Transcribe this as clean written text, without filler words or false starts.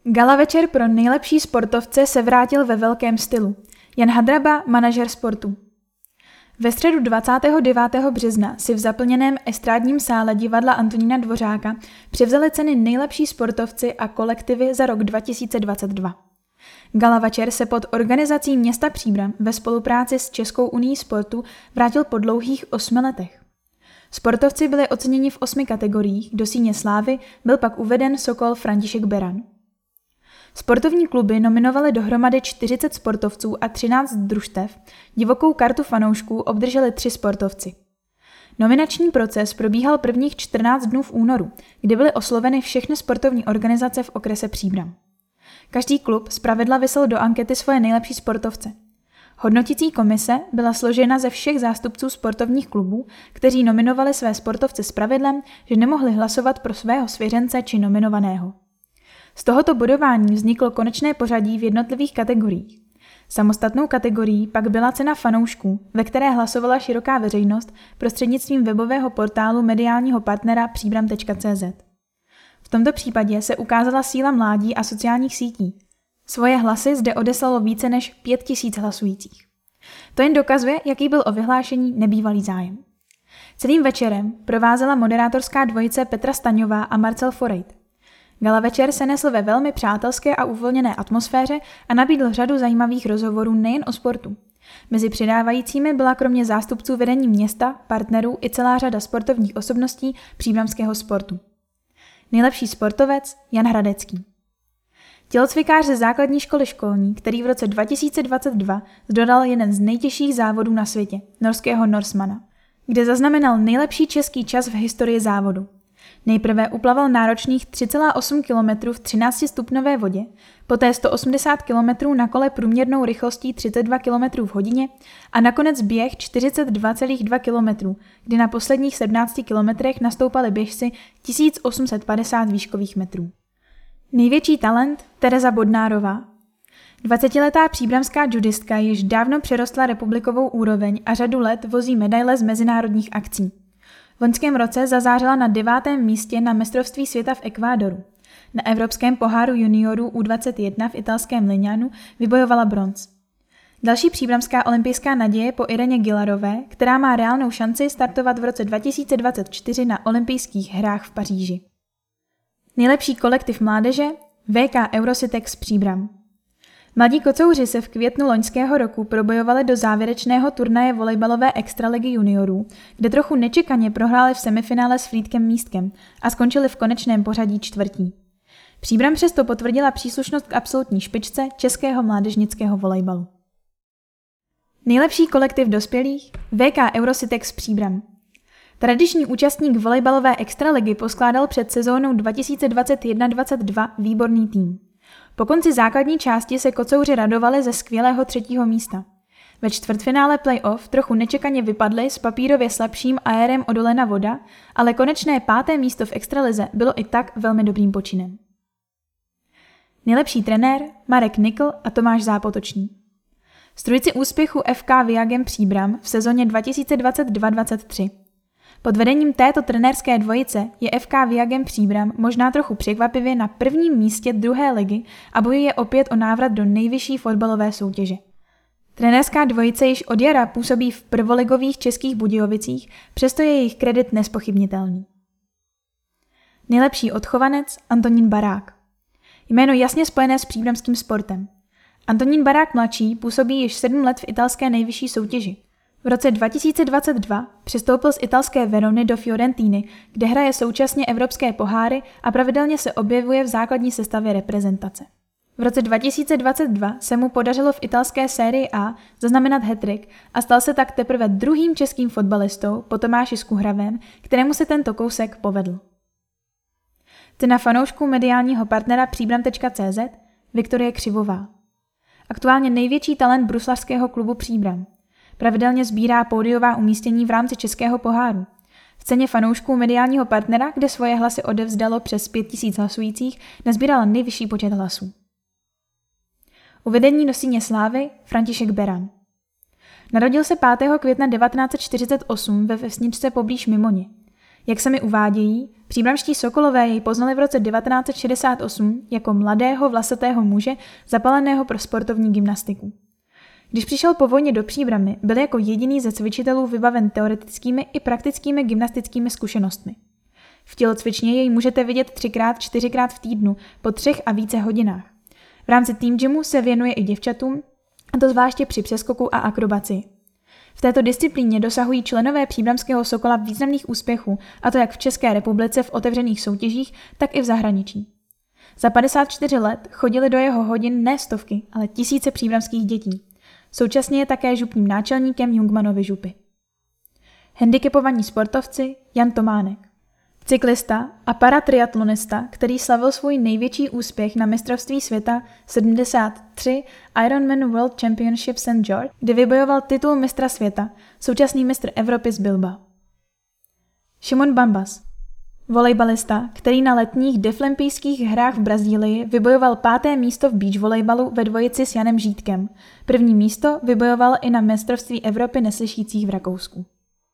Gala večer pro nejlepší sportovce se vrátil ve velkém stylu. Jan Hadraba, manažer sportu. Ve středu 29. března si v zaplněném estrádním sále divadla Antonína Dvořáka převzali ceny nejlepší sportovci a kolektivy za rok 2022. Gala večer se pod organizací města Příbram ve spolupráci s Českou unií sportu vrátil po dlouhých 8 letech. Sportovci byli oceněni v 8 kategoriích, do síně slávy byl pak uveden sokol František Beran. Sportovní kluby nominovaly dohromady 40 sportovců a 13 družstev, divokou kartu fanoušků obdrželi 3 sportovci. Nominační proces probíhal prvních 14 dnů v únoru, kdy byly osloveny všechny sportovní organizace v okrese Příbram. Každý klub zpravidla vyslal do ankety svoje nejlepší sportovce. Hodnotící komise byla složena ze všech zástupců sportovních klubů, kteří nominovali své sportovce s pravidlem, že nemohli hlasovat pro svého svěřence či nominovaného. Z tohoto bodování vzniklo konečné pořadí v jednotlivých kategoriích. Samostatnou kategorií pak byla cena fanoušků, ve které hlasovala široká veřejnost prostřednictvím webového portálu mediálního partnera příbram.cz. V tomto případě se ukázala síla mládí a sociálních sítí. Svoje hlasy zde odeslalo více než 5000 hlasujících. To jen dokazuje, jaký byl o vyhlášení nebývalý zájem. Celým večerem provázela moderátorská dvojice Petra Staňová a Marcel Forejt. Gala večer se nesl ve velmi přátelské a uvolněné atmosféře a nabídl řadu zajímavých rozhovorů nejen o sportu. Mezi přidávajícími byla kromě zástupců vedení města, partnerů i celá řada sportovních osobností příbramského sportu. Nejlepší sportovec Jan Hradecký. Tělocvikář ze základní školy školní, který v roce 2022 dodal jeden z nejtěžších závodů na světě, norského Norsemana, kde zaznamenal nejlepší český čas v historii závodu. Nejprve uplaval náročných 3,8 km v 13stupňové vodě, poté 180 km na kole průměrnou rychlostí 32 km v hodině a nakonec běh 42,2 km, kdy na posledních 17 kilometrech nastoupali běžci 1850 výškových metrů. Největší talent Tereza Bodnárová. 20letá příbramská judistka již dávno přerostla republikovou úroveň a řadu let vozí medaile z mezinárodních akcí. V loňském roce zazářila na 9. místě na mistrovství světa v Ekvádoru. Na Evropském poháru juniorů U21 v italském Lignanu vybojovala bronz. Další příbramská olympijská naděje po Ireně Gilarové, která má reálnou šanci startovat v roce 2024 na olympijských hrách v Paříži. Nejlepší kolektiv mládeže VK Eurocitex Příbram. Mladí kocouři se v květnu loňského roku probojovali do závěrečného turnaje volejbalové extraligy juniorů, kde trochu nečekaně prohráli v semifinále s Frýdkem Místkem a skončili v konečném pořadí čtvrtí. Příbram přesto potvrdila příslušnost k absolutní špičce českého mládežnického volejbalu. Nejlepší kolektiv dospělých VK Eurocitex Příbram. Tradiční účastník volejbalové extraligy poskládal před sezónou 2021-22 výborný tým. Po konci základní části se kocouři radovali ze skvělého 3. místa. Ve čtvrtfinále play-off trochu nečekaně vypadli s papírově slabším aérem Odolena Voda, ale konečné 5. místo v extralize bylo i tak velmi dobrým počinem. Nejlepší trenér Marek Nikl a Tomáš Zápotočný. Strůjci úspěchu FK Viagem Příbram v sezóně 2022-23. Pod vedením této trenérské dvojice je FK Viagem Příbram možná trochu překvapivě na prvním místě 2. ligy a bojuje opět o návrat do nejvyšší fotbalové soutěže. Trenérská dvojice již od jara působí v prvoligových Českých Budějovicích, přesto je jejich kredit nespochybnitelný. Nejlepší odchovanec Antonín Barák. Jméno jasně spojené s příbramským sportem. Antonín Barák mladší působí již 7 let v italské nejvyšší soutěži. V roce 2022 přestoupil z italské Verony do Fiorentiny, kde hraje současně evropské poháry a pravidelně se objevuje v základní sestavě reprezentace. V roce 2022 se mu podařilo v italské sérii A zaznamenat hat-trick a stal se tak teprve druhým českým fotbalistou po Tomáši Skuhravém, kterému se tento kousek povedl. Cena fanoušků mediálního partnera příbram.cz Viktorie Křivová. Aktuálně největší talent bruslařského klubu Příbram. Pravidelně sbírá pódiová umístění v rámci českého poháru. V ceně fanoušků mediálního partnera, kde svoje hlasy odevzdalo přes 5000 hlasujících, nazbírala nejvyšší počet hlasů. Uvedení do síně slávy František Beran. Narodil se 5. května 1948 ve vesničce poblíž Mimoně. Jak se mi uvádějí, příbramští sokolové jej poznali v roce 1968 jako mladého vlasatého muže zapaleného pro sportovní gymnastiku. Když přišel po vojně do Příbrami, byl jako jediný ze cvičitelů vybaven teoretickými i praktickými gymnastickými zkušenostmi. V tělocvičně jej můžete vidět 3x-4x v týdnu po 3 a více hodinách. V rámci Team Gymu se věnuje i děvčatům, a to zvláště při přeskoku a akrobaci. V této disciplíně dosahují členové příbramského Sokola významných úspěchů, a to jak v České republice v otevřených soutěžích, tak i v zahraničí. Za 54 let chodili do jeho hodin ne stovky, ale tisíce příbramských dětí. Současně je také župním náčelníkem Jungmannovy župy. Handicapovaní sportovci Jan Tománek. Cyklista a paratriatlonista, který slavil svůj největší úspěch na mistrovství světa 73 Ironman World Championship St. George, kdy vybojoval titul mistra světa, současný mistr Evropy z Bilbao. Šimon Bambas. Volejbalista, který na letních deaflympijských hrách v Brazílii vybojoval 5. místo v beach volejbalu ve dvojici s Janem Žítkem. 1. místo vybojoval i na mistrovství Evropy neslyšících v Rakousku.